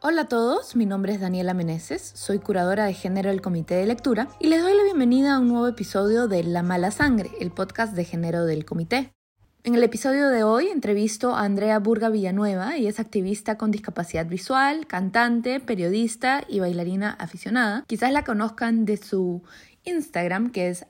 Hola a todos, mi nombre es Daniela Meneses, soy curadora de género del Comité de Lectura y les doy la bienvenida a un nuevo episodio de La Mala Sangre, el podcast de género del Comité. En el episodio de hoy entrevisto a Andrea Burga Villanueva. Ella es activista con discapacidad visual, cantante, periodista y bailarina aficionada. Quizás la conozcan de su Instagram, que es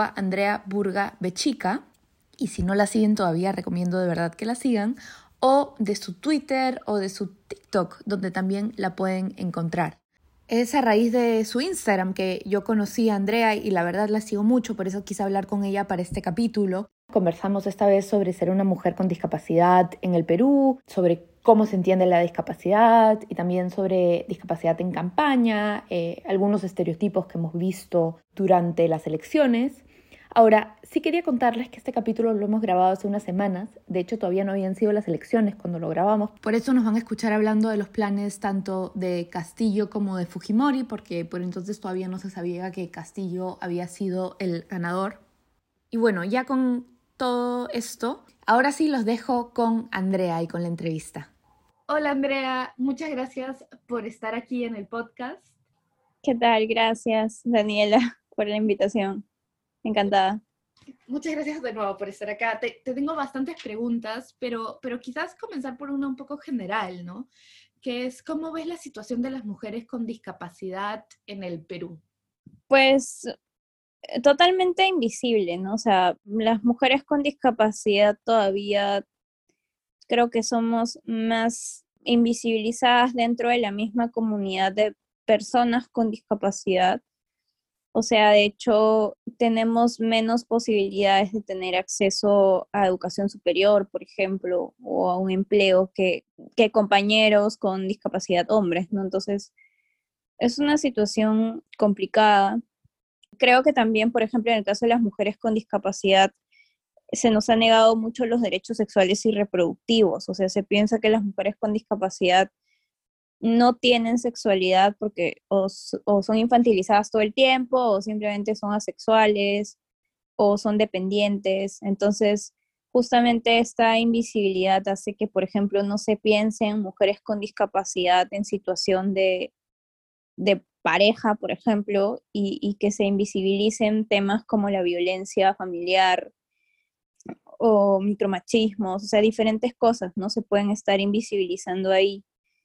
@AndreaBurgaBechica, y si no la siguen todavía recomiendo de verdad que la sigan, o de su Twitter o de su TikTok, donde también la pueden encontrar. Es a raíz de su Instagram que yo conocí a Andrea y la verdad la sigo mucho, por eso quise hablar con ella para este capítulo. Conversamos esta vez sobre ser una mujer con discapacidad en el Perú, sobre cómo se entiende la discapacidad y también sobre discapacidad en campaña, algunos estereotipos que hemos visto durante las elecciones. Ahora, sí quería contarles que este capítulo lo hemos grabado hace unas semanas. De hecho, todavía no habían sido las elecciones cuando lo grabamos. Por eso nos van a escuchar hablando de los planes tanto de Castillo como de Fujimori, porque por entonces todavía no se sabía que Castillo había sido el ganador. Y bueno, ya con todo esto, ahora sí los dejo con Andrea y con la entrevista. Hola Andrea, muchas gracias por estar aquí en el podcast. ¿Qué tal? Gracias, Daniela, por la invitación. Encantada. Muchas gracias de nuevo por estar acá. Te tengo bastantes preguntas, pero quizás comenzar por una un poco general, ¿no? Que es, ¿cómo ves la situación de las mujeres con discapacidad en el Perú? Pues totalmente invisible, ¿no? O sea, las mujeres con discapacidad todavía creo que somos más invisibilizadas dentro de la misma comunidad de personas con discapacidad. O sea, de hecho, tenemos menos posibilidades de tener acceso a educación superior, por ejemplo, o a un empleo que compañeros con discapacidad hombres, ¿no? Entonces, es una situación complicada. Creo que también, por ejemplo, en el caso de las mujeres con discapacidad, se nos ha negado mucho los derechos sexuales y reproductivos. O sea, se piensa que las mujeres con discapacidad no tienen sexualidad porque o son infantilizadas todo el tiempo, o simplemente son asexuales, o son dependientes. Entonces, justamente esta invisibilidad hace que, por ejemplo, no se piense en mujeres con discapacidad en situación de pareja, por ejemplo, y que se invisibilicen temas como la violencia familiar o micromachismos, o sea, diferentes cosas, ¿no? Se pueden estar invisibilizando ahí.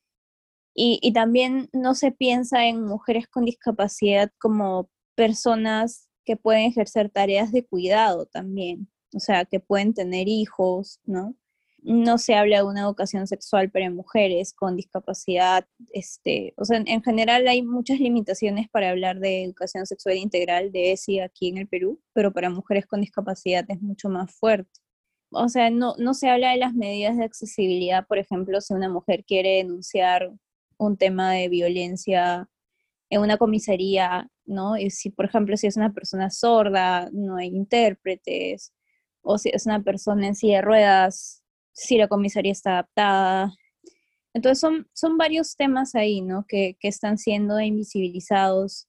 Y también no se piensa en mujeres con discapacidad como personas que pueden ejercer tareas de cuidado también, o sea, que pueden tener hijos, ¿no? No se habla de una educación sexual para mujeres con discapacidad, o sea, en general hay muchas limitaciones para hablar de educación sexual integral de ESI aquí en el Perú, pero para mujeres con discapacidad es mucho más fuerte. O sea, no se habla de las medidas de accesibilidad, por ejemplo, si una mujer quiere denunciar un tema de violencia en una comisaría, ¿no? Y si, por ejemplo, si es una persona sorda, no hay intérpretes, o si es una persona en silla de ruedas, si la comisaría está adaptada. Entonces son varios temas ahí, ¿no? Que están siendo invisibilizados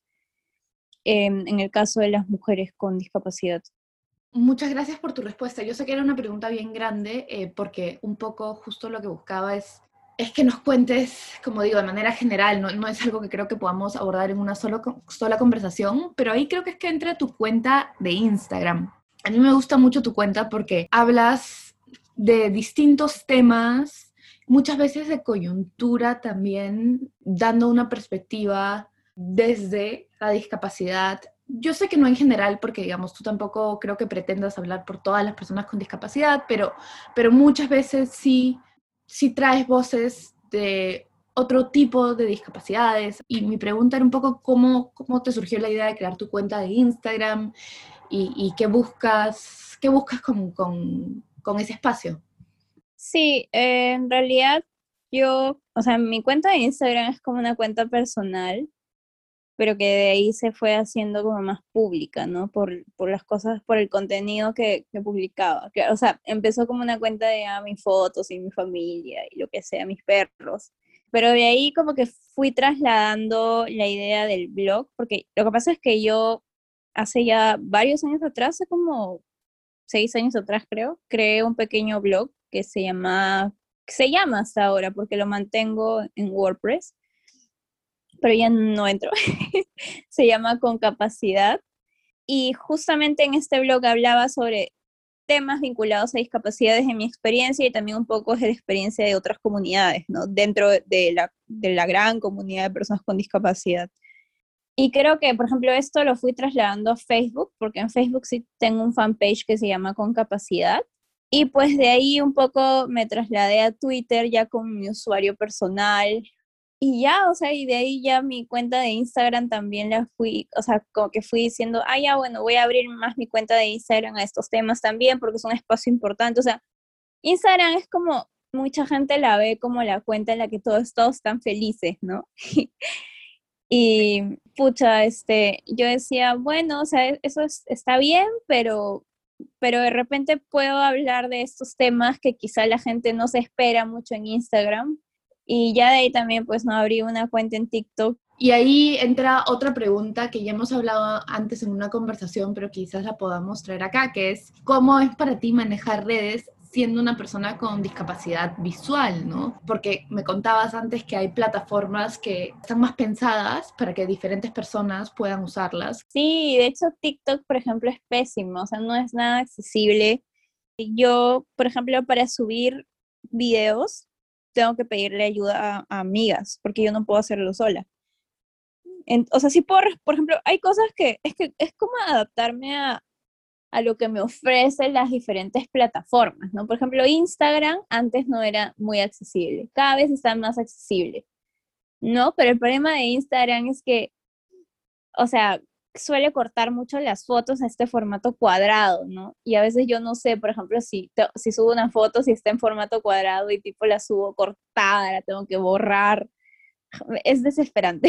en el caso de las mujeres con discapacidad. Muchas gracias por tu respuesta. Yo sé que era una pregunta bien grande, porque un poco justo lo que buscaba es que nos cuentes, como digo, de manera general, no es algo que creo que podamos abordar en una sola conversación, pero ahí creo que es que entra tu cuenta de Instagram. A mí me gusta mucho tu cuenta porque hablas de distintos temas, muchas veces de coyuntura también, dando una perspectiva desde la discapacidad. Yo sé que no en general, porque digamos, tú tampoco creo que pretendas hablar por todas las personas con discapacidad, pero muchas veces sí traes voces de otro tipo de discapacidades. Y mi pregunta era un poco cómo te surgió la idea de crear tu cuenta de Instagram y qué buscas con ese espacio. Sí, en realidad yo, o sea, mi cuenta de Instagram es como una cuenta personal, pero que de ahí se fue haciendo como más pública, ¿no? Por las cosas, por el contenido que publicaba. O sea, empezó como una cuenta de mis fotos y mi familia y lo que sea, mis perros. Pero de ahí como que fui trasladando la idea del blog, porque lo que pasa es que yo hace ya varios años atrás, hace como 6 años atrás creo, creé un pequeño blog que se llama hasta ahora porque lo mantengo en WordPress, pero ya no entro. Se llama Con Capacidad. Y justamente en este blog hablaba sobre temas vinculados a discapacidades en mi experiencia y también un poco de la experiencia de otras comunidades, ¿no? Dentro de la gran comunidad de personas con discapacidad. Y creo que, por ejemplo, esto lo fui trasladando a Facebook, porque en Facebook sí tengo un fanpage que se llama Con Capacidad. Y pues de ahí un poco me trasladé a Twitter ya con mi usuario personal. Y ya, o sea, y de ahí ya mi cuenta de Instagram también la fui, o sea, como que fui diciendo, ah, ya, bueno, voy a abrir más mi cuenta de Instagram a estos temas también, porque es un espacio importante. O sea, Instagram es como, mucha gente la ve como la cuenta en la que todos están felices, ¿no? Y pucha, yo decía, bueno, o sea, está bien, pero de repente puedo hablar de estos temas que quizá la gente no se espera mucho en Instagram. Y ya de ahí también, pues, no abrí una cuenta en TikTok. Y ahí entra otra pregunta que ya hemos hablado antes en una conversación, pero quizás la podamos traer acá, que es, ¿cómo es para ti manejar redes siendo una persona con discapacidad visual, ¿no? Porque me contabas antes que hay plataformas que están más pensadas para que diferentes personas puedan usarlas. Sí, de hecho TikTok, por ejemplo, es pésimo, o sea, no es nada accesible. Yo, por ejemplo, para subir videos, tengo que pedirle ayuda a amigas, porque yo no puedo hacerlo sola. O sea, sí puedo, por ejemplo, hay cosas que es como adaptarme a lo que me ofrecen las diferentes plataformas, ¿no? Por ejemplo, Instagram antes no era muy accesible, cada vez está más accesible, ¿no? Pero el problema de Instagram es que, o sea, suele cortar mucho las fotos a este formato cuadrado, ¿no? Y a veces yo no sé, por ejemplo, si subo una foto, si está en formato cuadrado y tipo la subo cortada, la tengo que borrar, es desesperante.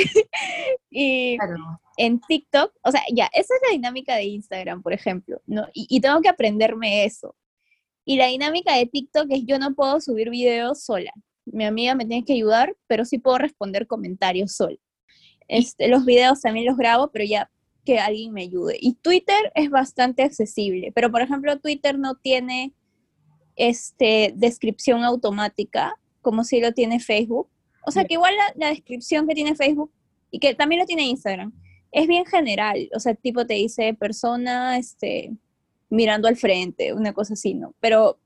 Y Claro. en TikTok, o sea, ya, esa es la dinámica de Instagram, por ejemplo, ¿no? Y tengo que aprenderme eso. Y la dinámica de TikTok es yo no puedo subir videos sola. Mi amiga me tiene que ayudar, pero sí puedo responder comentarios sola. Los videos también los grabo, pero ya que alguien me ayude. Y Twitter es bastante accesible, pero por ejemplo Twitter no tiene descripción automática, como si lo tiene Facebook. O sea que igual la descripción que tiene Facebook y que también lo tiene Instagram es bien general. O sea, tipo te dice persona mirando al frente, una cosa así, ¿no?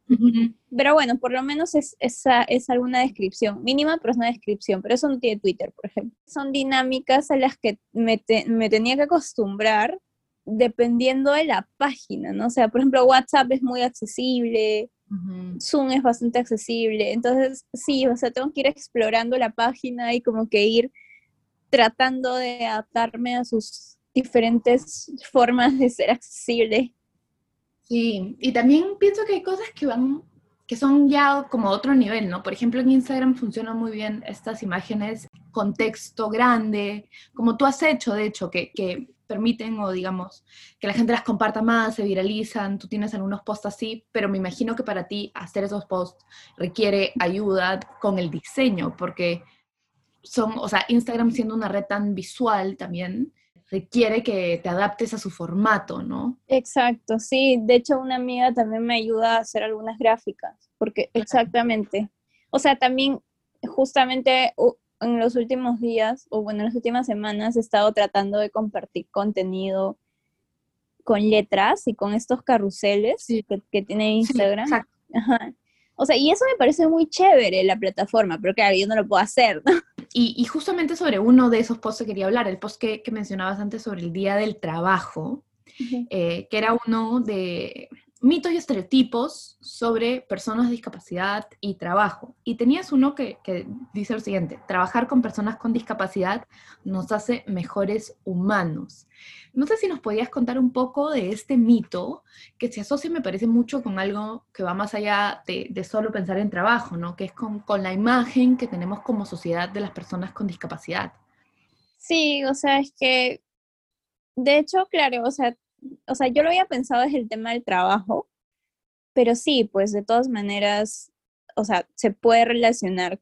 Pero bueno, por lo menos es alguna descripción mínima, pero es una descripción. Pero eso no tiene Twitter, por ejemplo. Son dinámicas a las que me tenía que acostumbrar dependiendo de la página, ¿no? O sea, por ejemplo, WhatsApp es muy accesible, Zoom es bastante accesible, entonces sí, o sea, tengo que ir explorando la página y como que ir tratando de adaptarme a sus diferentes formas de ser accesible. Sí, y también pienso que hay cosas que son ya como otro nivel, ¿no? Por ejemplo, en Instagram funcionan muy bien estas imágenes con texto grande, como tú has hecho, de hecho, que permiten o digamos que la gente las comparta más, se viralizan, tú tienes algunos posts así, pero me imagino que para ti hacer esos posts requiere ayuda con el diseño, porque o sea, Instagram siendo una red tan visual también, requiere que te adaptes a su formato, ¿no? Exacto, sí, de hecho una amiga también me ayuda a hacer algunas gráficas, porque exactamente, o sea, también justamente en los últimos días, o bueno, en las últimas semanas he estado tratando de compartir contenido con letras y con estos carruseles Sí, que tiene sí, Instagram. exacto. Ajá. O sea, y eso me parece muy chévere la plataforma, pero claro, yo no lo puedo hacer, ¿no? Y justamente sobre uno de esos posts quería hablar, el post que mencionabas antes sobre el Día del Trabajo, Ujú. que era uno de mitos y estereotipos sobre personas de discapacidad y trabajo. Y tenías uno que dice lo siguiente: trabajar con personas con discapacidad nos hace mejores humanos. No sé si nos podías contar un poco de este mito que se asocia, me parece mucho, con algo que va más allá de solo pensar en trabajo, ¿no? Que es con la imagen que tenemos como sociedad de las personas con discapacidad. Sí, o sea, es que, de hecho, claro, o sea, yo lo había pensado desde el tema del trabajo, pero sí, pues de todas maneras, o sea, se puede relacionar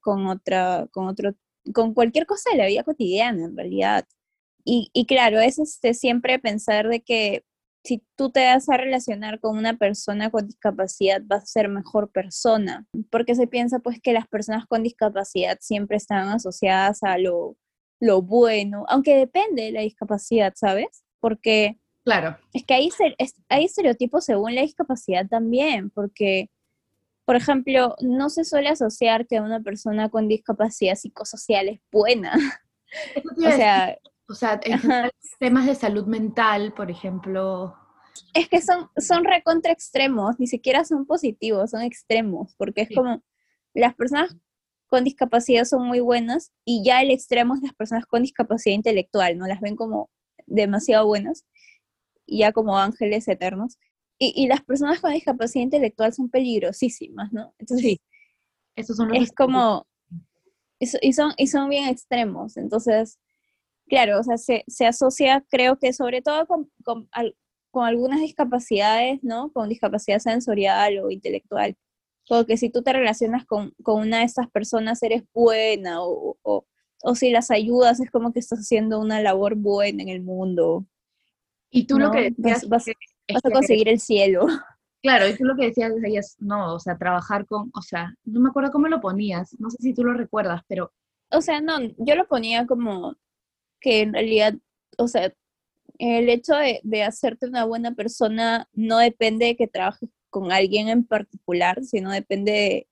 con cualquier cosa de la vida cotidiana, en realidad. Y claro, es siempre pensar de que si tú te vas a relacionar con una persona con discapacidad, vas a ser mejor persona, porque se piensa pues que las personas con discapacidad siempre están asociadas a lo lo bueno, aunque depende de la discapacidad, ¿sabes? Porque Claro. es que hay estereotipos según la discapacidad también, porque, por ejemplo, no se suele asociar que una persona con discapacidad psicosocial es buena. Eso te iba O a decir. sea, O sea, en ajá, general, temas de salud mental, por ejemplo. es que son recontra extremos, ni siquiera son positivos, son extremos, porque es Sí. como las personas con discapacidad son muy buenas y ya el extremo es las personas con discapacidad intelectual, ¿no? Las ven como demasiado buenas y ya como ángeles eternos. Y las personas con discapacidad intelectual son peligrosísimas, ¿no? Sí, Entonces, esos son los es estereotipos. como, y son bien extremos. Entonces, claro, o sea, se asocia, creo que sobre todo con algunas discapacidades, ¿no? Con discapacidad sensorial o intelectual. Porque si tú te relacionas con una de estas personas, eres buena, o si las ayudas, es como que estás haciendo una labor buena en el mundo, Y tú lo que ¿no? decías es Vas a que, conseguir el cielo. claro, y tú lo que decías es, no, o sea, trabajar con, o sea, no me acuerdo cómo lo ponías, no sé si tú lo recuerdas, pero O sea, no, yo lo ponía como que en realidad, o sea, el hecho de hacerte una buena persona no depende de que trabajes con alguien en particular, sino depende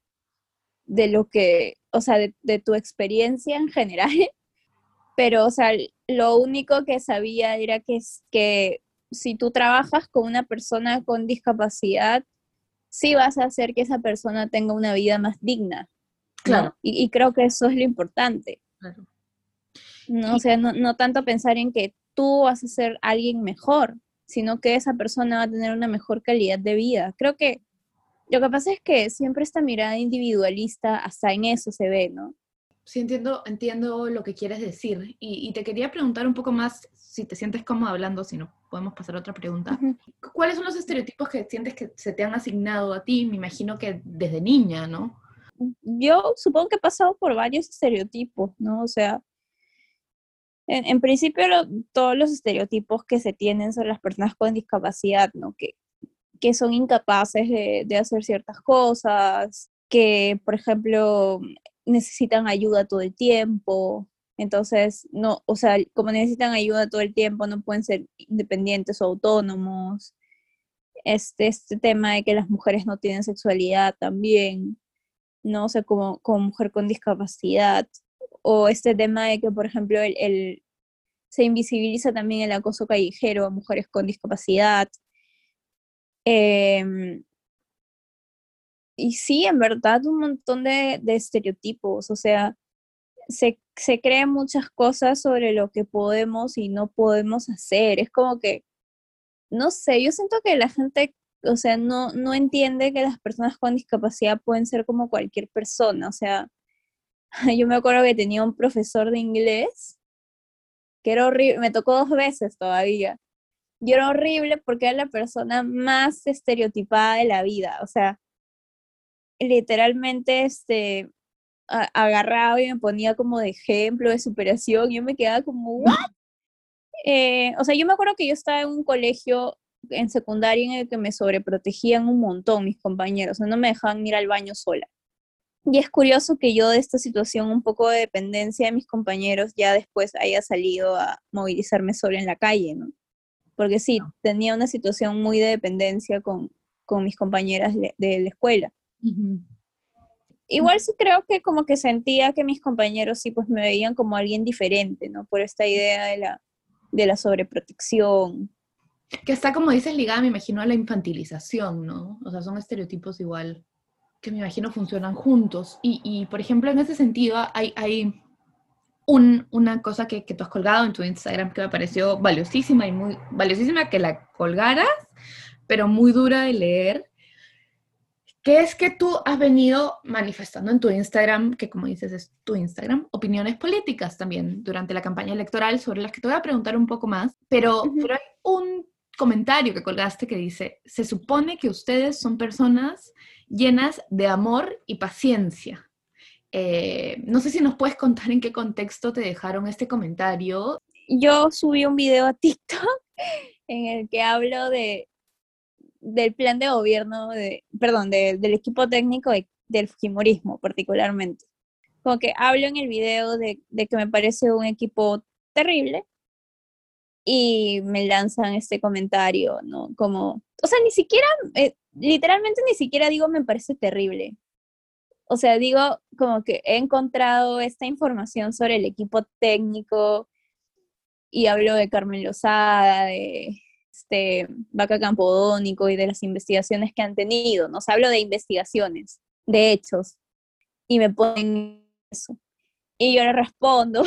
de lo que, o sea, de tu experiencia en general. Pero, o sea, lo único que sabía era que si tú trabajas con una persona con discapacidad, sí vas a hacer que esa persona tenga una vida más digna, claro, ¿no? Y creo que eso es lo importante. claro. No, o Y sea, no tanto pensar en que tú vas a ser alguien mejor, sino que esa persona va a tener una mejor calidad de vida. Creo que lo que pasa es que siempre esta mirada individualista, hasta en eso se ve, ¿no? sí entiendo lo que quieres decir. Y te quería preguntar un poco más, si te sientes cómodo hablando, si no, podemos pasar a otra pregunta. Ujú. ¿Cuáles son los estereotipos que sientes que se te han asignado a ti? Me imagino que desde niña, ¿no? Yo supongo que he pasado por varios estereotipos, ¿no? O sea, en principio todos los estereotipos que se tienen sobre las personas con discapacidad, ¿no? Que son incapaces de hacer ciertas cosas, que, por ejemplo, necesitan ayuda todo el tiempo. Entonces, no, o sea, como necesitan ayuda todo el tiempo, no pueden ser independientes o autónomos. Este tema de que las mujeres no tienen sexualidad también, ¿no? O sea, como mujer con discapacidad. O este tema de que, por ejemplo, se invisibiliza también el acoso callejero a mujeres con discapacidad. Em, y sí, en verdad, un montón de estereotipos. O sea, se creen muchas cosas sobre lo que podemos y no podemos hacer. Es como que, no sé, yo siento que la gente, o sea, no entiende que las personas con discapacidad pueden ser como cualquier persona. O sea, yo me acuerdo que tenía un profesor de inglés que era horrible, me tocó 2 veces todavía. Y era horrible porque era la persona más estereotipada de la vida. O sea, literalmente agarraba y me ponía como de ejemplo de superación. Y yo me quedaba como, ¿what? O sea, yo me acuerdo que yo estaba en un colegio en secundaria en el que me sobreprotegían un montón mis compañeros, o sea, no me dejaban ir al baño sola. Y es curioso que yo de esta situación un poco de dependencia de mis compañeros ya después haya salido a movilizarme sola en la calle, ¿no? Porque sí, tenía una situación muy de dependencia con mis compañeras de la escuela. Ujú. Igual sí creo que como que sentía que mis compañeros sí pues me veían como alguien diferente, ¿no? Por esta idea de la sobreprotección. Que está, como dices, ligada, me imagino, a la infantilización, ¿no? O sea, son estereotipos igual que me imagino funcionan juntos. Por ejemplo, en ese sentido, hay una cosa que tú has colgado en tu Instagram que me pareció valiosísima y muy valiosísima que la colgaras, pero muy dura de leer, que es que tú has venido manifestando en tu Instagram, que como dices es tu Instagram, opiniones políticas también durante la campaña electoral, sobre las que te voy a preguntar un poco más, Ujú. pero hay un comentario que colgaste que dice, se supone que ustedes son personas llenas de amor y paciencia. No sé si nos puedes contar en qué contexto te dejaron este comentario. Yo subí un video a TikTok en el que hablo del plan de gobierno, perdón, del equipo técnico del Fujimorismo particularmente. como que hablo en el video de que me parece un equipo terrible y me lanzan este comentario, ¿no? Como, o sea, ni siquiera, literalmente ni siquiera digo me parece terrible. O sea, digo como que he encontrado esta información sobre el equipo técnico y hablo de Carmen Lozada, de Vaca Campodónico y de las investigaciones que han tenido, ¿no? O sea, hablo de investigaciones, de hechos, y me ponen eso. Y yo le respondo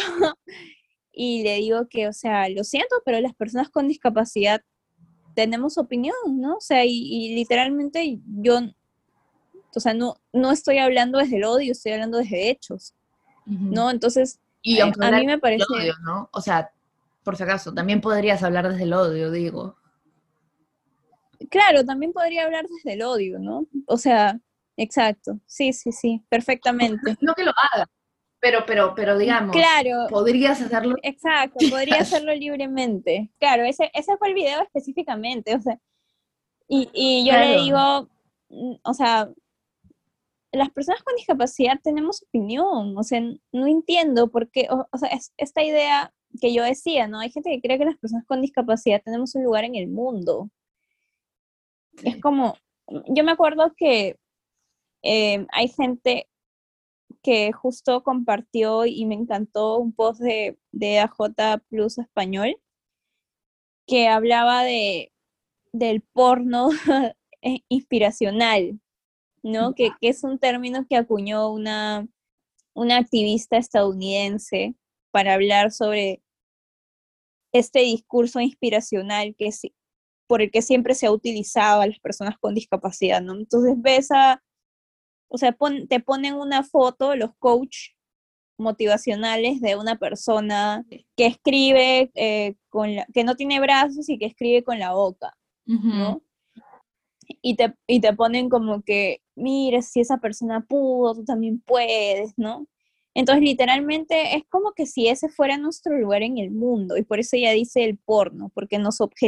y le digo que, o sea, lo siento, pero las personas con discapacidad tenemos opinión, ¿no? O sea, y literalmente yo, o sea, no estoy hablando desde el odio, estoy hablando desde hechos, ¿no? Entonces, Y aunque a hablar mí me desde parece... el odio, ¿no? O sea, por si acaso, también podrías hablar desde el odio, digo. Claro, también podría hablar desde el odio, ¿no? O sea, exacto, sí, perfectamente. No que lo hagas, pero digamos, Claro, podrías hacerlo. exacto, podría hacerlo libremente. Claro, ese fue el video específicamente, o sea, y yo le Claro. digo, o sea, las personas con discapacidad tenemos opinión, o sea, no entiendo por qué, o sea, esta idea que yo decía, ¿no? Hay gente que cree que las personas con discapacidad tenemos un lugar en el mundo. Sí. Es como, yo me acuerdo que hay gente que justo compartió y me encantó un post de AJ Plus Español que hablaba del porno inspiracional, ¿no? Que es un término que acuñó una activista estadounidense para hablar sobre este discurso inspiracional por el que siempre se ha utilizado a las personas con discapacidad, ¿no? Entonces ves o sea, te ponen una foto, los coach motivacionales de una persona que escribe que no tiene brazos y que escribe con la boca, ¿no? Y te ponen como que, mire, si esa persona pudo, tú también puedes, ¿no? Entonces, literalmente es como que si ese fuera nuestro lugar en el mundo, y por eso ella dice el porno, porque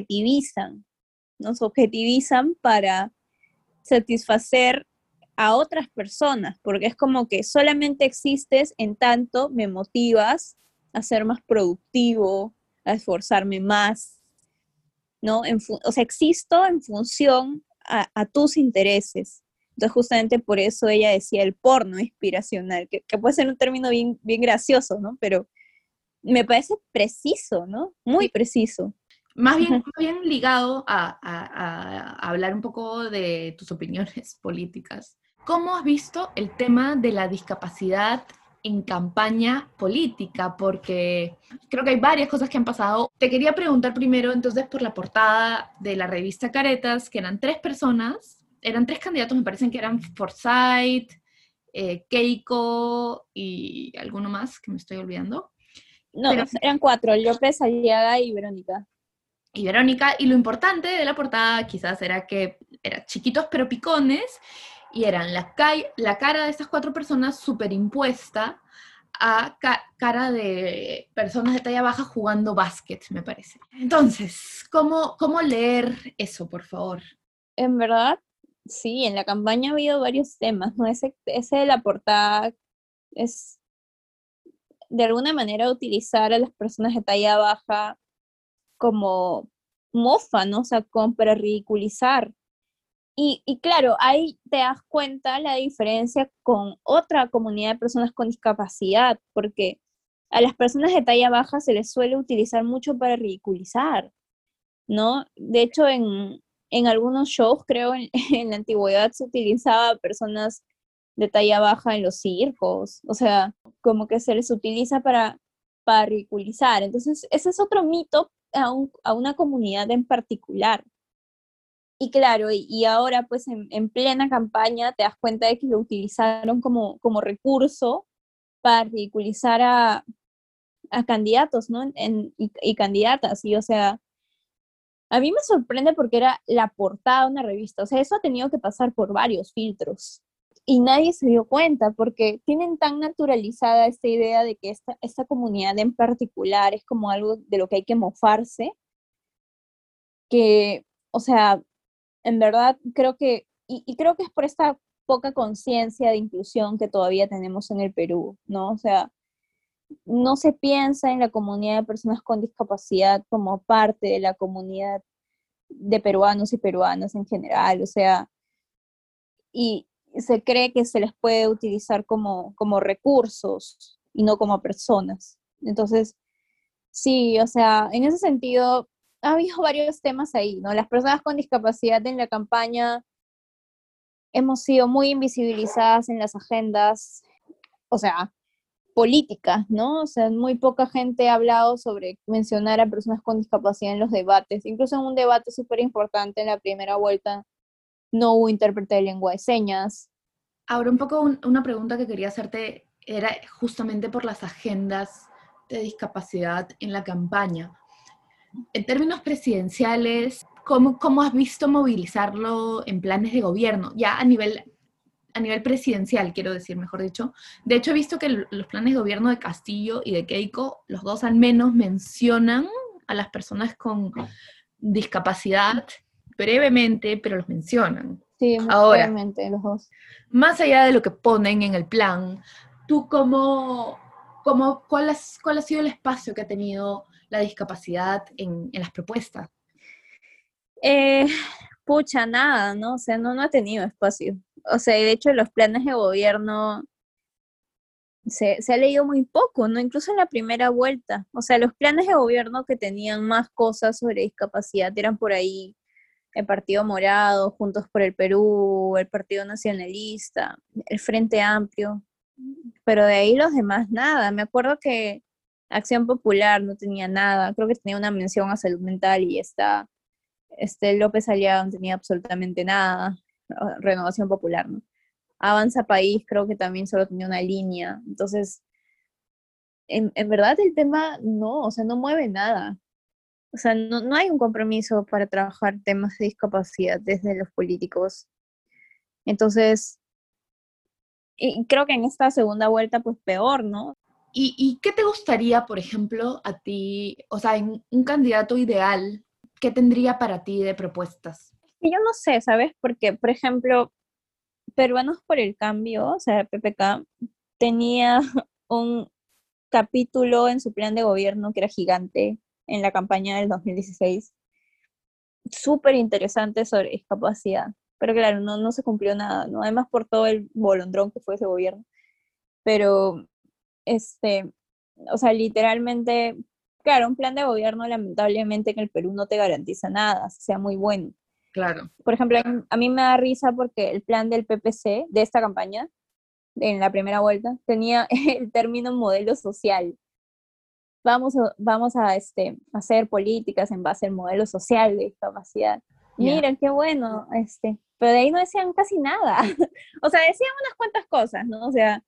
nos objetivisan para satisfacer a otras personas, porque es como que solamente existes en tanto me motivas a ser más productivo, a esforzarme más, ¿no? O sea, existo en función a tus intereses. Entonces, justamente por eso ella decía el porno inspiracional, que puede ser un término bien, bien gracioso, ¿no? Pero me parece preciso, ¿no? Muy preciso. Más bien ligado a hablar un poco de tus opiniones políticas. ¿Cómo has visto el tema de la discapacidad en campaña política? Porque creo que hay varias cosas que han pasado. Te quería preguntar primero, entonces, por la portada de la revista Caretas, que eran 3 personas, eran 3 candidatos, me parecen que eran Forsyth, Keiko y alguno más que me estoy olvidando. No, Pero, eran 4, López, Aliaga y Verónica. y Verónica, y lo importante de la portada quizás era que eran chiquitos pero picones, y eran la cara de estas 4 personas superimpuesta a cara de personas de talla baja jugando básquet, me parece. Entonces, ¿cómo leer eso, por favor? En verdad, sí, en la campaña ha habido varios temas, ¿no? Ese de la portada es de alguna manera utilizar a las personas de talla baja como mofa, ¿no? O sea, como para ridiculizar. Y claro, ahí te das cuenta la diferencia con otra comunidad de personas con discapacidad, porque a las personas de talla baja se les suele utilizar mucho para ridiculizar, ¿no? De hecho, en algunos shows, creo, en la antigüedad se utilizaba a personas de talla baja en los circos, o sea, como que se les utiliza para ridiculizar. Entonces, ese es otro mito a una comunidad en particular. Y claro, y ahora pues en plena campaña te das cuenta de que lo utilizaron como recurso para ridiculizar a candidatos, ¿no? Y candidatas, y o sea, a mí me sorprende porque era la portada de una revista, o sea, eso ha tenido que pasar por varios filtros y nadie se dio cuenta porque tienen tan naturalizada esta idea de que esta comunidad en particular es como algo de lo que hay que mofarse, que, o sea, en verdad creo que, y creo que es por esta poca conciencia de inclusión que todavía tenemos en el Perú, ¿no? O sea, no se piensa en la comunidad de personas con discapacidad como parte de la comunidad de peruanos y peruanas en general, o sea, y se cree que se les puede utilizar como recursos y no como personas. Entonces, sí, o sea, en ese sentido, ha habido varios temas ahí, ¿no? Las personas con discapacidad en la campaña hemos sido muy invisibilizadas en las agendas, o sea, políticas, ¿no? O sea, muy poca gente ha hablado sobre mencionar a personas con discapacidad en los debates. Incluso en un debate súper importante en la primera vuelta no hubo intérprete de lengua de señas. Ahora, un poco una pregunta que quería hacerte era justamente por las agendas de discapacidad en la campaña. En términos presidenciales, ¿cómo has visto movilizarlo en planes de gobierno? Ya a nivel presidencial, quiero decir, mejor dicho. De hecho, he visto que los planes de gobierno de Castillo y de Keiko, los dos al menos mencionan a las personas con discapacidad brevemente, pero los mencionan. Sí, muy Ahora, brevemente, los dos. más allá de lo que ponen en el plan, ¿tú cuál ha sido el espacio que ha tenido la discapacidad en las propuestas? Eh, Pucha, nada, ¿no? O sea, no ha tenido espacio. O sea, de hecho, los planes de gobierno se ha leído muy poco, ¿no? Incluso en la primera vuelta. O sea, los planes de gobierno que tenían más cosas sobre discapacidad eran por ahí el Partido Morado, Juntos por el Perú, el Partido Nacionalista, el Frente Amplio, pero de ahí los demás nada. Me acuerdo que Acción Popular no tenía nada, creo que tenía una mención a salud mental y ya está. López Aliaga no tenía absolutamente nada, Renovación Popular, ¿no? Avanza País creo que también solo tenía una línea, entonces, en verdad el tema no, o sea, no mueve nada. O sea, no hay un compromiso para trabajar temas de discapacidad desde los políticos. Entonces, y creo que en esta segunda vuelta, pues peor, ¿no? ¿Y qué te gustaría, por ejemplo, a ti, o sea, en un candidato ideal, qué tendría para ti de propuestas? Y yo no sé, ¿sabes? Porque, por ejemplo, Peruanos por el Cambio, o sea, PPK, tenía un capítulo en su plan de gobierno que era gigante en la campaña del 2016, súper interesante sobre discapacidad. Pero claro, no se cumplió nada, ¿no? Además por todo el bolondrón que fue ese gobierno. Pero, este, o sea, literalmente, claro, un plan de gobierno lamentablemente en el Perú no te garantiza nada, sea muy bueno. Claro. Por ejemplo, a mí me da risa porque el plan del PPC de esta campaña, en la primera vuelta, tenía el término modelo social. Vamos a hacer políticas en base al modelo social de discapacidad. Ya. Miren, qué bueno, pero de ahí no decían casi nada. O sea, decían unas cuantas cosas, ¿no? O sea,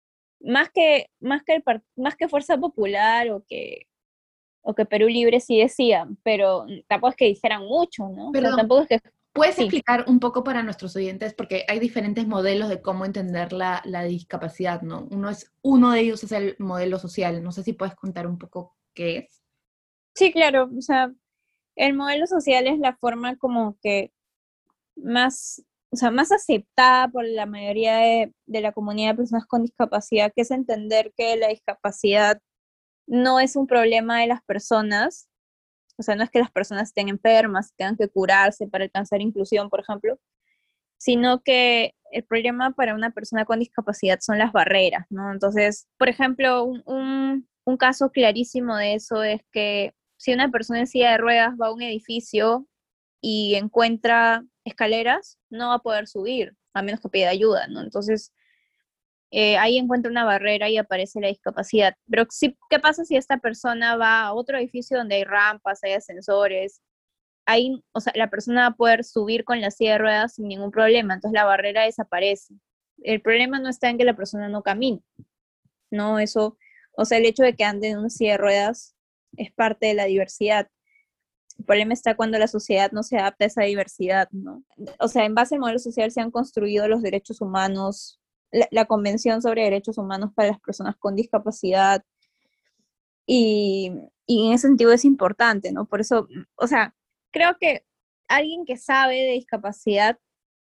más que Fuerza Popular o que Perú Libre sí decían, pero tampoco es que dijeran mucho, ¿no? O sea, Perdón, tampoco es que ¿puedes sí. explicar un poco para nuestros oyentes? Porque hay diferentes modelos de cómo entender la discapacidad, ¿no? Uno de ellos es el modelo social. No sé si puedes contar un poco qué es. Sí, claro, o sea, el modelo social es la forma como que más, o sea, más aceptada por la mayoría de la comunidad de personas con discapacidad, que es entender que la discapacidad no es un problema de las personas, o sea, no es que las personas estén enfermas, tengan que curarse para alcanzar inclusión, por ejemplo, sino que el problema para una persona con discapacidad son las barreras, ¿no? Entonces, por ejemplo, un caso clarísimo de eso es que si una persona en silla de ruedas va a un edificio y encuentra escaleras, no va a poder subir, a menos que pida ayuda, ¿no? Entonces, ahí encuentra una barrera y aparece la discapacidad. Pero sí, ¿qué pasa si esta persona va a otro edificio donde hay rampas, hay ascensores? Ahí, o sea, la persona va a poder subir con la silla de ruedas sin ningún problema, entonces la barrera desaparece. El problema no está en que la persona no camine, ¿no? Eso, o sea, el hecho de que ande en una silla de ruedas es parte de la diversidad. El problema está cuando la sociedad no se adapta a esa diversidad, ¿no? O sea, en base al modelo social se han construido los derechos humanos, la Convención sobre Derechos Humanos para las Personas con Discapacidad, y, y en ese sentido es importante, ¿no? Por eso, o sea, creo que alguien que sabe de discapacidad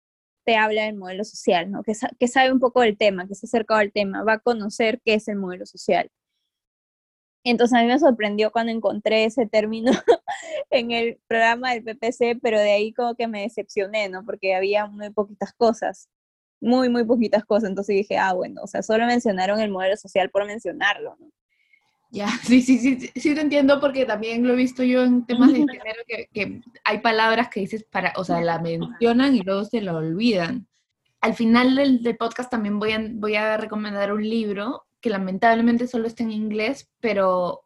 te habla del modelo social, ¿no? Que sabe un poco del tema, que se ha acercado al tema, va a conocer qué es el modelo social. Entonces a mí me sorprendió cuando encontré ese término en el programa del PPC, pero de ahí como que me decepcioné, ¿no? Porque había muy poquitas cosas, muy, muy poquitas cosas. Entonces dije, bueno, o sea, solo mencionaron el modelo social por mencionarlo, ¿no? Ya, sí te entiendo porque también lo he visto yo en temas de género que hay palabras que dices o sea, la mencionan y luego se la olvidan. Al final del podcast también voy a recomendar un libro que lamentablemente solo está en inglés, pero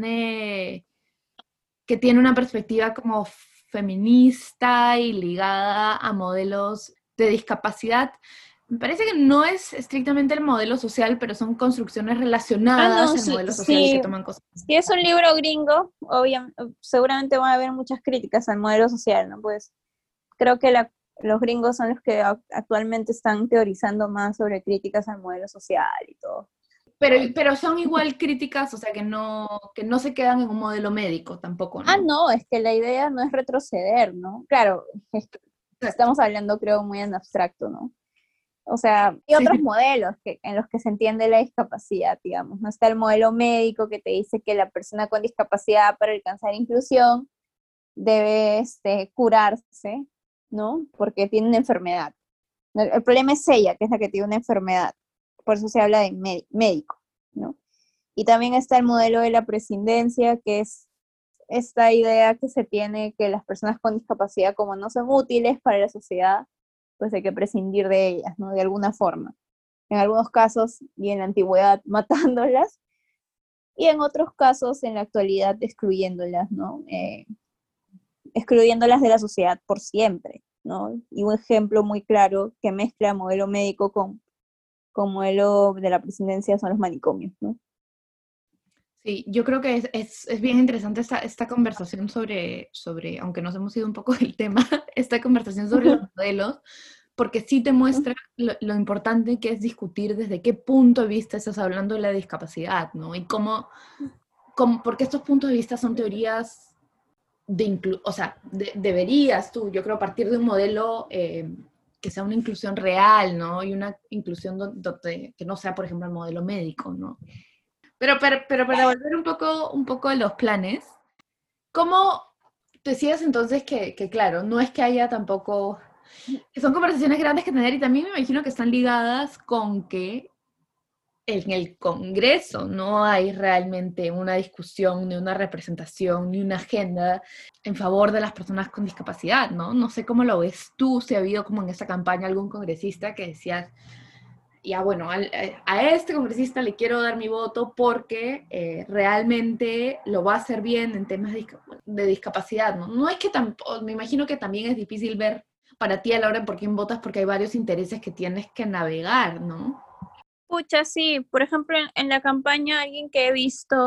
que tiene una perspectiva como feminista y ligada a modelos de discapacidad. Me parece que no es estrictamente el modelo social, pero son construcciones relacionadas No, al modelo social y que toman cosas. si es un libro gringo, seguramente van a haber muchas críticas al modelo social, ¿no? Pues creo que los gringos son los que actualmente están teorizando más sobre críticas al modelo social y todo. Pero son igual críticas, o sea, que no se quedan en un modelo médico tampoco, ¿no? No, es que la idea no es retroceder, ¿no? Claro, estamos hablando, creo, muy en abstracto, ¿no? O sea, hay otros modelos en los que se entiende la discapacidad, digamos. No está el modelo médico que te dice que la persona con discapacidad para alcanzar inclusión debe curarse, ¿no? Porque tiene una enfermedad. El problema es ella, que es la que tiene una enfermedad. Por eso se habla de médico, ¿no? Y también está el modelo de la prescindencia, que es esta idea que se tiene que las personas con discapacidad, como no son útiles para la sociedad, pues hay que prescindir de ellas, ¿no? De alguna forma. En algunos casos, y en la antigüedad, matándolas, y en otros casos, en la actualidad, excluyéndolas, ¿no? Excluyéndolas de la sociedad por siempre, ¿no? Y un ejemplo muy claro que mezcla modelo médico con modelo de la presidencia son los manicomios, ¿no? Sí, yo creo que es bien interesante esta conversación sobre, aunque nos hemos ido un poco del tema, esta conversación sobre los modelos, porque sí te muestra lo importante que es discutir desde qué punto de vista estás hablando de la discapacidad, ¿no? Y porque estos puntos de vista son teorías o sea, deberías tú, yo creo, partir de un modelo que sea una inclusión real, ¿no? Y una inclusión que no sea, por ejemplo, el modelo médico, ¿no? Pero para volver un poco a los planes, ¿cómo decías entonces que claro, no es que haya tampoco, que son conversaciones grandes que tener y también me imagino que están ligadas con que en el Congreso no hay realmente una discusión, ni una representación, ni una agenda en favor de las personas con discapacidad, ¿no? No sé cómo lo ves tú, si ha habido como en esta campaña algún congresista que decías, ya bueno, a este congresista le quiero dar mi voto porque realmente lo va a hacer bien en temas de discapacidad, ¿no? No es que tampoco, me imagino que también es difícil ver para ti a la hora de por quién votas porque hay varios intereses que tienes que navegar, ¿no? Pucha, sí, por ejemplo, en la campaña alguien que he visto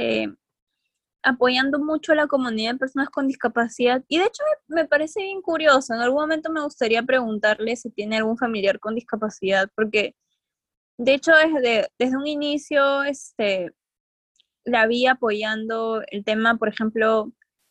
apoyando mucho a la comunidad de personas con discapacidad, y de hecho me parece bien curioso, en algún momento me gustaría preguntarle si tiene algún familiar con discapacidad, porque de hecho desde un inicio la vi apoyando el tema, por ejemplo,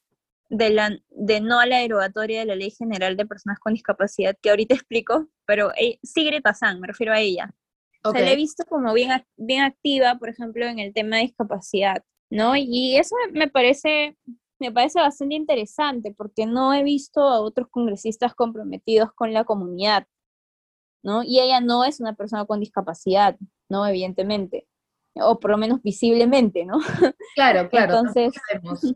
de no a la derogatoria de la Ley General de Personas con Discapacidad, que ahorita explico, pero Sigrid Bazán, me refiero a ella. O sea, la he Ok. visto como bien activa, por ejemplo, en el tema de discapacidad, ¿no? Y eso me parece bastante interesante, porque no he visto a otros congresistas comprometidos con la comunidad, ¿no? Y ella no es una persona con discapacidad, ¿no? Evidentemente, o por lo menos visiblemente, ¿no? Claro, claro, tampoco Entonces, sabemos.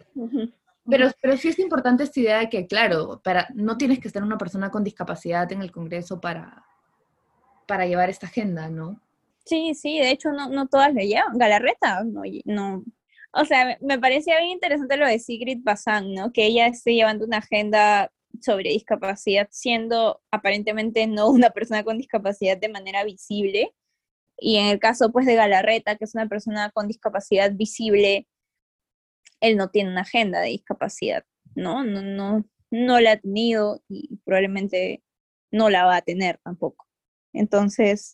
Pero sí es importante esta idea de que, claro, no tienes que ser una persona con discapacidad en el Congreso para llevar esta agenda, ¿no? sí, sí, de hecho no todas lo llevan. Galarreta, no, no. O sea, me parecía bien interesante lo de Sigrid Bazán, ¿no? Que ella esté llevando una agenda sobre discapacidad, siendo aparentemente no una persona con discapacidad de manera visible. Y en el caso, pues, de Galarreta, que es una persona con discapacidad visible, él no tiene una agenda de discapacidad, ¿no? No la ha tenido y probablemente no la va a tener tampoco. Entonces,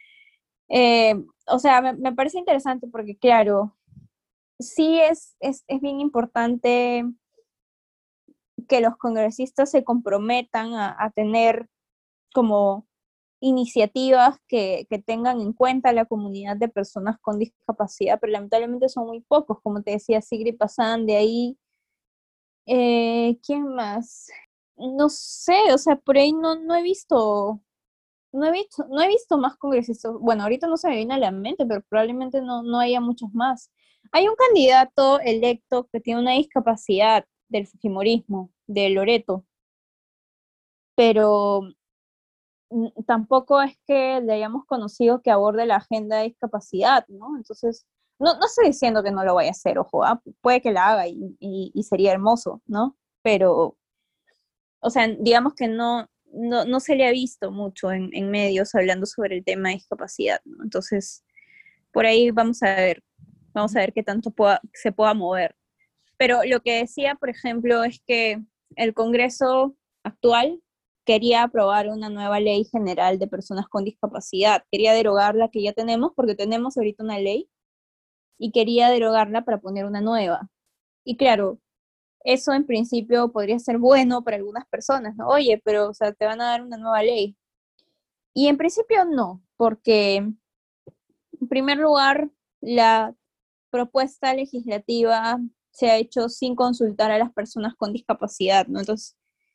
eh, o sea, me parece interesante porque, claro, sí es bien importante que los congresistas se comprometan a tener como iniciativas que tengan en cuenta la comunidad de personas con discapacidad, pero lamentablemente son muy pocos, como te decía, Sigrid Pazán, de ahí, ¿quién más? No sé, o sea, por ahí no he visto, no he visto más congresistas. Bueno, ahorita no se me viene a la mente, pero probablemente no haya muchos más. Hay un candidato electo que tiene una discapacidad del fujimorismo, de Loreto, pero tampoco es que le hayamos conocido que aborde la agenda de discapacidad, ¿no? Entonces, no estoy diciendo que no lo vaya a hacer, ojo, puede que la haga y sería hermoso, ¿no? Pero, o sea, digamos que no se le ha visto mucho en medios hablando sobre el tema de discapacidad, ¿no? Entonces, por ahí vamos a ver qué tanto se pueda mover. Pero lo que decía, por ejemplo, es que el Congreso actual quería aprobar una nueva ley general de personas con discapacidad. Quería derogar la que ya tenemos, porque tenemos ahorita una ley, y quería derogarla para poner una nueva. Y claro, eso en principio podría ser bueno para algunas personas, ¿no? Oye, pero, o sea, te van a dar una nueva ley. Y en principio no, porque en primer lugar, la propuesta legislativa se ha hecho sin consultar a las personas con discapacidad, ¿no? Entonces,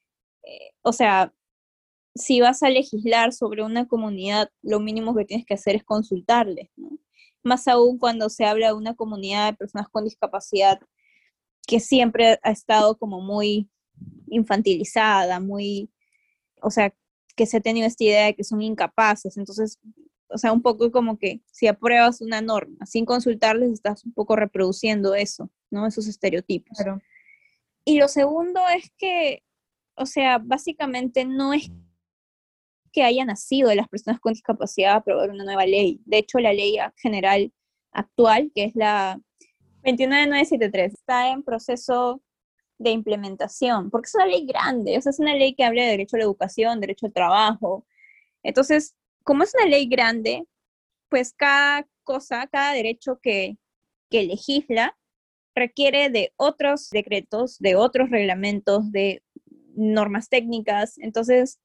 o sea, si vas a legislar sobre una comunidad, lo mínimo que tienes que hacer es consultarles, ¿no? Más aún cuando se habla de una comunidad de personas con discapacidad que siempre ha estado como muy infantilizada, muy, o sea, que se ha tenido esta idea de que son incapaces. Entonces, o sea, un poco como que si apruebas una norma sin consultarles, estás un poco reproduciendo eso, ¿no? Esos estereotipos. Claro. Y lo segundo es que, o sea, básicamente no es que haya nacido de las personas con discapacidad aprobar una nueva ley. De hecho, la ley general actual, que es la 29973, está en proceso de implementación, porque es una ley grande, o sea, es una ley que habla de derecho a la educación, derecho al trabajo. Entonces, como es una ley grande, pues cada cosa, cada derecho que legisla, requiere de otros decretos, de otros reglamentos, de normas técnicas. Entonces,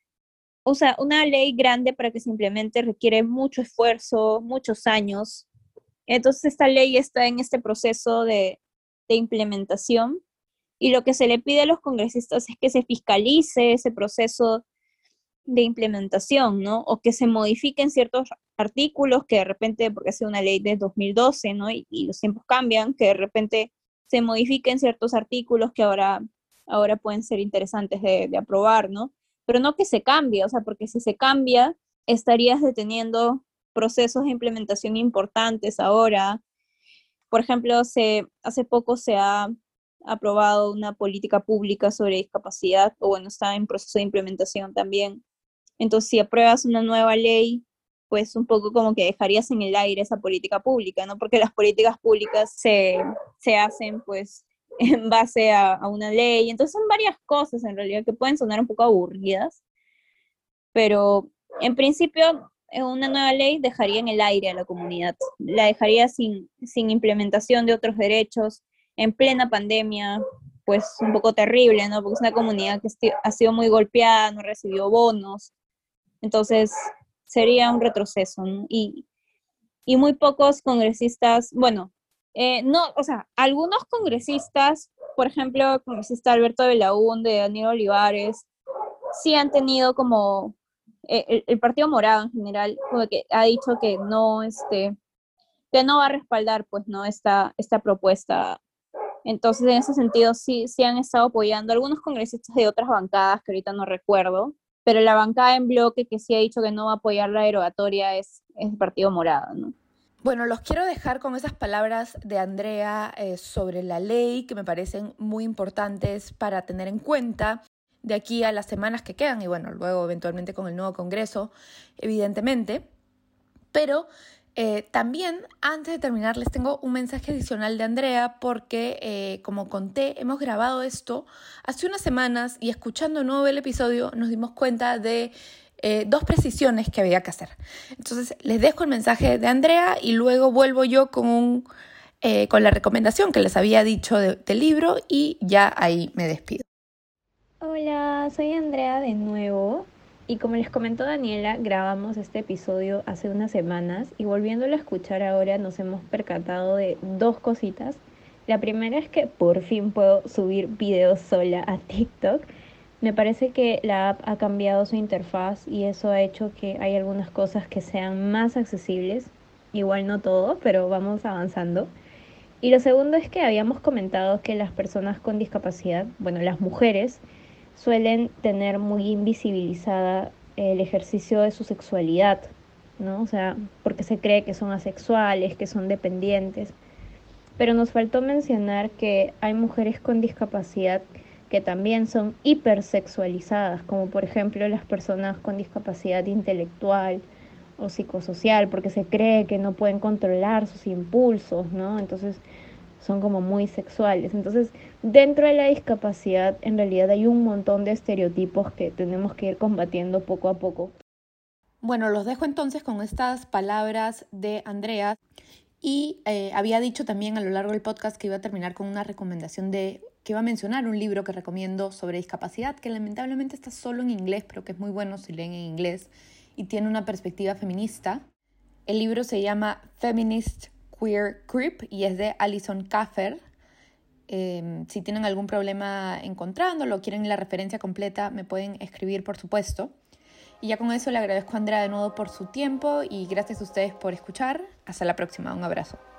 o sea, una ley grande para que se implemente requiere mucho esfuerzo, muchos años. Entonces, esta ley está en este proceso de implementación y lo que se le pide a los congresistas es que se fiscalice ese proceso de implementación, ¿no? O que se modifiquen ciertos artículos que de repente, porque ha sido una ley de 2012, ¿no? Y los tiempos cambian, que de repente se modifiquen ciertos artículos que ahora pueden ser interesantes de aprobar, ¿no? Pero no que se cambie, o sea, porque si se cambia, estarías deteniendo procesos de implementación importantes ahora. Por ejemplo, hace poco se ha aprobado una política pública sobre discapacidad, o bueno, está en proceso de implementación también. Entonces, si apruebas una nueva ley, pues un poco como que dejarías en el aire esa política pública, ¿no? Porque las políticas públicas se hacen, pues, en base a una ley. Entonces, son varias cosas, en realidad, que pueden sonar un poco aburridas, pero en principio, una nueva ley dejaría en el aire a la comunidad, la dejaría sin implementación de otros derechos, en plena pandemia, pues un poco terrible, ¿no? Porque es una comunidad que ha sido muy golpeada, no recibió bonos, entonces sería un retroceso, ¿no? Y muy pocos congresistas, bueno, no, o sea, algunos congresistas, por ejemplo, el congresista Alberto Belaúnde, Daniel Olivares, sí han tenido como, el Partido Morado en general, como que ha dicho que no va a respaldar, pues, ¿no? Esta propuesta. Entonces, en ese sentido, sí han estado apoyando algunos congresistas de otras bancadas que ahorita no recuerdo, pero la bancada en bloque que sí ha dicho que no va a apoyar la derogatoria es el Partido Morado, ¿no? Bueno, los quiero dejar con esas palabras de Andrea sobre la ley que me parecen muy importantes para tener en cuenta de aquí a las semanas que quedan y bueno, luego eventualmente con el nuevo Congreso, evidentemente. Pero también, antes de terminar, les tengo un mensaje adicional de Andrea porque, como conté, hemos grabado esto hace unas semanas y escuchando de nuevo el episodio nos dimos cuenta de dos precisiones que había que hacer. Entonces, les dejo el mensaje de Andrea y luego vuelvo yo con la recomendación que les había dicho del libro y ya ahí me despido. Hola, soy Andrea de nuevo Y como les comentó Daniela, grabamos este episodio hace unas semanas y volviéndolo a escuchar ahora nos hemos percatado de dos cositas. La primera es que por fin puedo subir videos sola a TikTok. Me parece que la app ha cambiado su interfaz y eso ha hecho que hay algunas cosas que sean más accesibles. Igual no todo, pero vamos avanzando. Y lo segundo es que habíamos comentado que las personas con discapacidad, bueno, las mujeres, suelen tener muy invisibilizada el ejercicio de su sexualidad, ¿no? O sea, porque se cree que son asexuales, que son dependientes. Pero nos faltó mencionar que hay mujeres con discapacidad que también son hipersexualizadas, como por ejemplo las personas con discapacidad intelectual o psicosocial, porque se cree que no pueden controlar sus impulsos, ¿no? Entonces son como muy sexuales. Entonces, dentro de la discapacidad, en realidad hay un montón de estereotipos que tenemos que ir combatiendo poco a poco. Bueno, los dejo entonces con estas palabras de Andrea. Y había dicho también a lo largo del podcast que iba a terminar con una recomendación que iba a mencionar un libro que recomiendo sobre discapacidad, que lamentablemente está solo en inglés, pero que es muy bueno si leen en inglés y tiene una perspectiva feminista. El libro se llama Feminist Queer Creep y es de Alison Kaffer. Si tienen algún problema encontrándolo o quieren la referencia completa, me pueden escribir, por supuesto. Y ya con eso le agradezco a Andrea de nuevo por su tiempo y gracias a ustedes por escuchar. Hasta la próxima. Un abrazo.